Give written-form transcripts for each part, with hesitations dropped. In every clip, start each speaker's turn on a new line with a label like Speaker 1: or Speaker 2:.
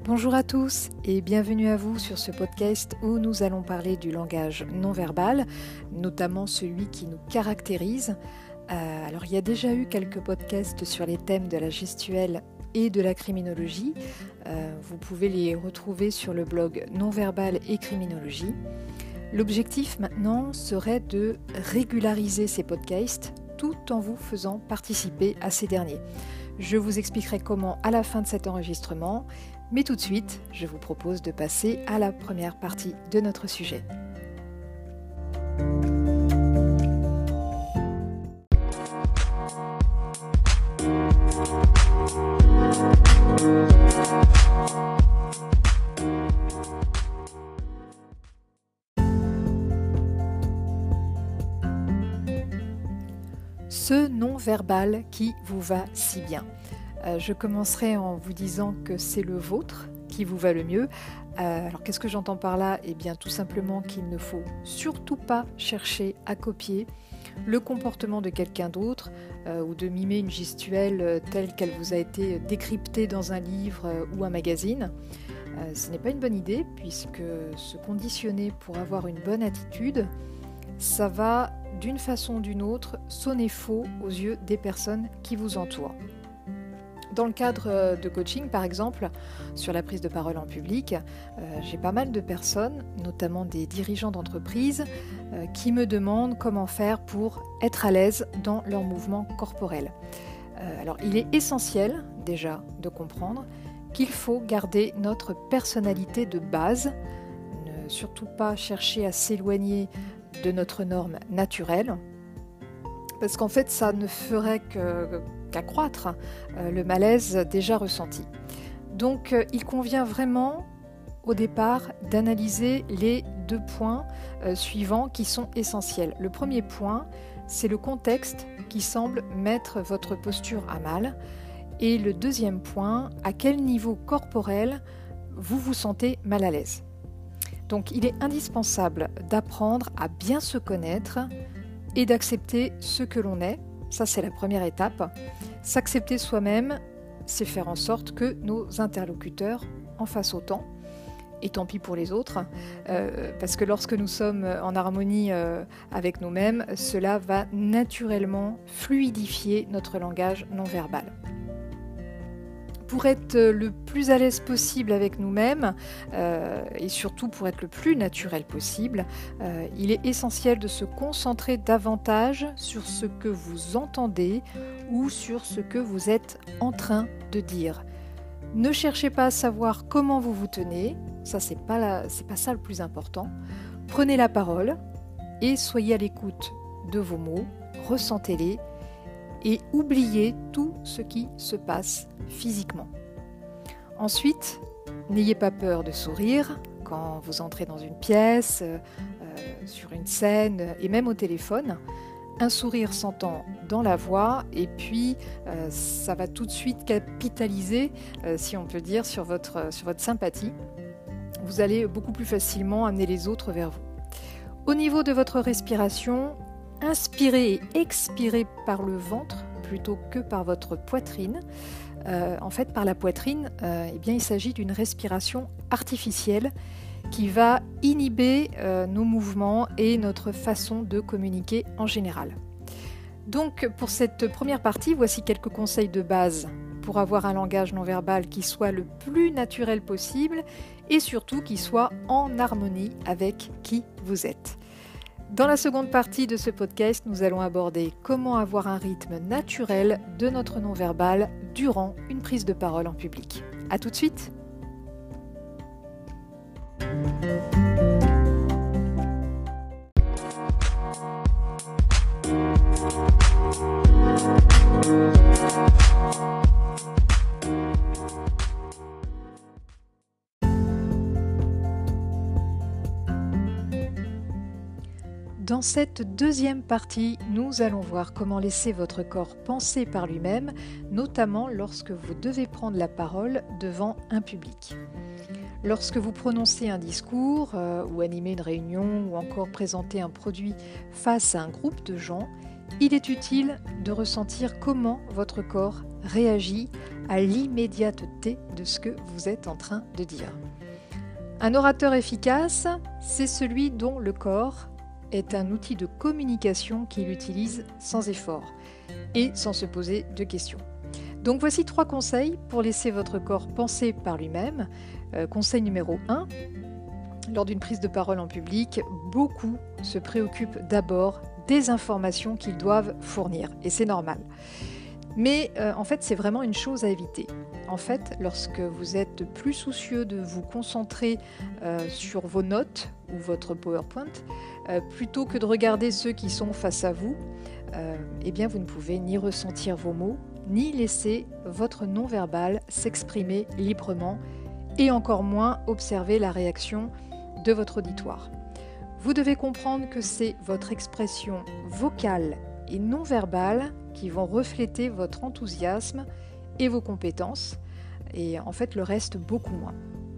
Speaker 1: Bonjour à tous et bienvenue à vous sur ce podcast où nous allons parler du langage non verbal, notamment celui qui nous caractérise. Alors il y a déjà eu quelques podcasts sur les thèmes de la gestuelle et de la criminologie. Vous pouvez les retrouver sur le blog Non Verbal et Criminologie. L'objectif maintenant serait de régulariser ces podcasts tout en vous faisant participer à ces derniers. Je vous expliquerai comment à la fin de cet enregistrement, mais tout de suite, je vous propose de passer à la première partie de notre sujet. Ce non-verbal qui vous va si bien. Je commencerai en vous disant que c'est le vôtre qui vous va le mieux. Alors qu'est-ce que j'entends par là ? Eh bien tout simplement qu'il ne faut surtout pas chercher à copier le comportement de quelqu'un d'autre ou de mimer une gestuelle telle qu'elle vous a été décryptée dans un livre ou un magazine. Ce n'est pas une bonne idée puisque se conditionner pour avoir une bonne attitude, ça va d'une façon ou d'une autre sonner faux aux yeux des personnes qui vous entourent. Dans le cadre de coaching, par exemple, sur la prise de parole en public, j'ai pas mal de personnes, notamment des dirigeants d'entreprise, qui me demandent comment faire pour être à l'aise dans leurs mouvements corporels. Alors, il est essentiel, déjà, de comprendre qu'il faut garder notre personnalité de base, ne surtout pas chercher à s'éloigner de notre norme naturelle, parce qu'en fait, ça ne ferait qu'accroître le malaise déjà ressenti. Donc il convient vraiment au départ d'analyser les deux points suivants qui sont essentiels. Le premier point, c'est le contexte qui semble mettre votre posture à mal. Et le deuxième point, à quel niveau corporel vous vous sentez mal à l'aise. Donc il est indispensable d'apprendre à bien se connaître et d'accepter ce que l'on est. Ça, c'est la première étape. S'accepter soi-même, c'est faire en sorte que nos interlocuteurs en fassent autant. Et tant pis pour les autres, parce que lorsque nous sommes en harmonie avec nous-mêmes, cela va naturellement fluidifier notre langage non verbal. Pour être le plus à l'aise possible avec nous-mêmes et surtout pour être le plus naturel possible, il est essentiel de se concentrer davantage sur ce que vous entendez ou sur ce que vous êtes en train de dire. Ne cherchez pas à savoir comment vous vous tenez, ça c'est pas ça le plus important. Prenez la parole et soyez à l'écoute de vos mots, ressentez-les et oubliez tout ce qui se passe physiquement. Ensuite, n'ayez pas peur de sourire quand vous entrez dans une pièce, sur une scène et même au téléphone. Un sourire s'entend dans la voix et puis ça va tout de suite capitaliser, si on peut dire, sur votre sympathie. Vous allez beaucoup plus facilement amener les autres vers vous. Au niveau de votre respiration, inspirez et expirez par le ventre plutôt que par votre poitrine. En fait, par la poitrine, il s'agit d'une respiration artificielle qui va inhiber nos mouvements et notre façon de communiquer en général. Donc, pour cette première partie, voici quelques conseils de base pour avoir un langage non verbal qui soit le plus naturel possible et surtout qui soit en harmonie avec qui vous êtes. Dans la seconde partie de ce podcast, nous allons aborder comment avoir un rythme naturel de notre non-verbal durant une prise de parole en public. À tout de suite! Dans cette deuxième partie, nous allons voir comment laisser votre corps penser par lui-même, notamment lorsque vous devez prendre la parole devant un public. Lorsque vous prononcez un discours ou animez une réunion ou encore présenter un produit face à un groupe de gens, il est utile de ressentir comment votre corps réagit à l'immédiateté de ce que vous êtes en train de dire. Un orateur efficace, c'est celui dont le corps est un outil de communication qu'il utilise sans effort et sans se poser de questions. Donc voici 3 conseils pour laisser votre corps penser par lui-même. Conseil numéro 1, lors d'une prise de parole en public, beaucoup se préoccupent d'abord des informations qu'ils doivent fournir, et c'est normal. Mais en fait, c'est vraiment une chose à éviter. En fait, lorsque vous êtes plus soucieux de vous concentrer sur vos notes ou votre PowerPoint, plutôt que de regarder ceux qui sont face à vous, eh bien vous ne pouvez ni ressentir vos mots, ni laisser votre non-verbal s'exprimer librement, et encore moins observer la réaction de votre auditoire. Vous devez comprendre que c'est votre expression vocale et non-verbale qui vont refléter votre enthousiasme et vos compétences, et en fait le reste beaucoup moins.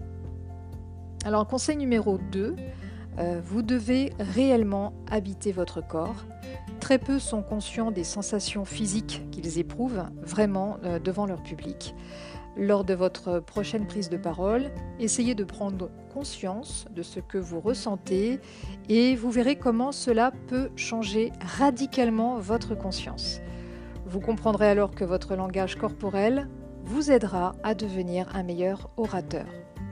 Speaker 1: Alors conseil numéro 2, vous devez réellement habiter votre corps. Très peu sont conscients des sensations physiques qu'ils éprouvent vraiment devant leur public. Lors de votre prochaine prise de parole, essayez de prendre conscience de ce que vous ressentez et vous verrez comment cela peut changer radicalement votre conscience. Vous comprendrez alors que votre langage corporel vous aidera à devenir un meilleur orateur.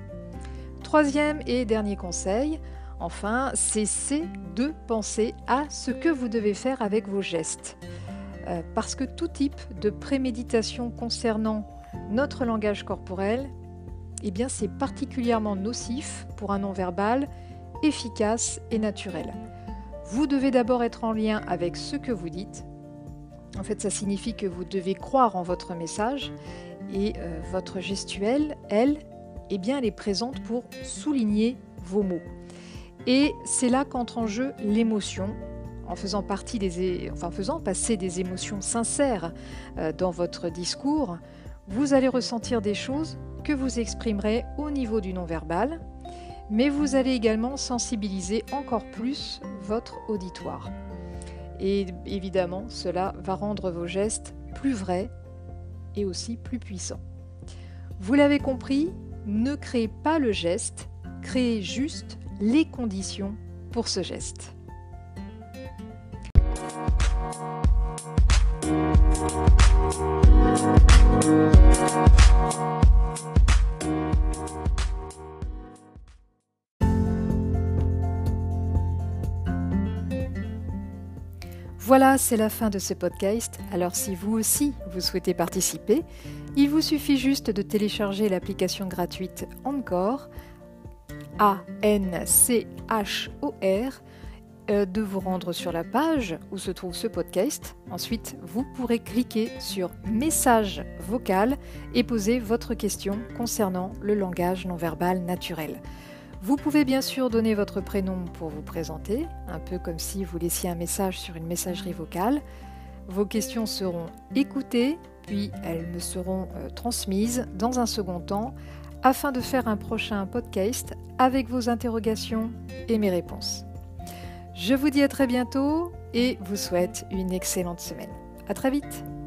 Speaker 1: 3e et dernier conseil, enfin, cessez de penser à ce que vous devez faire avec vos gestes. Parce que tout type de préméditation concernant notre langage corporel, eh bien, c'est particulièrement nocif pour un non-verbal efficace et naturel. Vous devez d'abord être en lien avec ce que vous dites. En fait, ça signifie que vous devez croire en votre message et votre gestuelle, elle, eh bien, elle est présente pour souligner vos mots. Et c'est là qu'entre en jeu l'émotion, en faisant passer des émotions sincères dans votre discours. Vous allez ressentir des choses que vous exprimerez au niveau du non-verbal, mais vous allez également sensibiliser encore plus votre auditoire. Et évidemment, cela va rendre vos gestes plus vrais et aussi plus puissants. Vous l'avez compris, ne créez pas le geste, créez juste les conditions pour ce geste. Voilà, c'est la fin de ce podcast. Alors si vous aussi, vous souhaitez participer, il vous suffit juste de télécharger l'application gratuite Anchor, A-N-C-H-O-R, de vous rendre sur la page où se trouve ce podcast. Ensuite, vous pourrez cliquer sur « Message vocal » et poser votre question concernant le langage non-verbal naturel. Vous pouvez bien sûr donner votre prénom pour vous présenter, un peu comme si vous laissiez un message sur une messagerie vocale. Vos questions seront écoutées, puis elles me seront transmises dans un second temps, afin de faire un prochain podcast avec vos interrogations et mes réponses. Je vous dis à très bientôt et vous souhaite une excellente semaine. À très vite!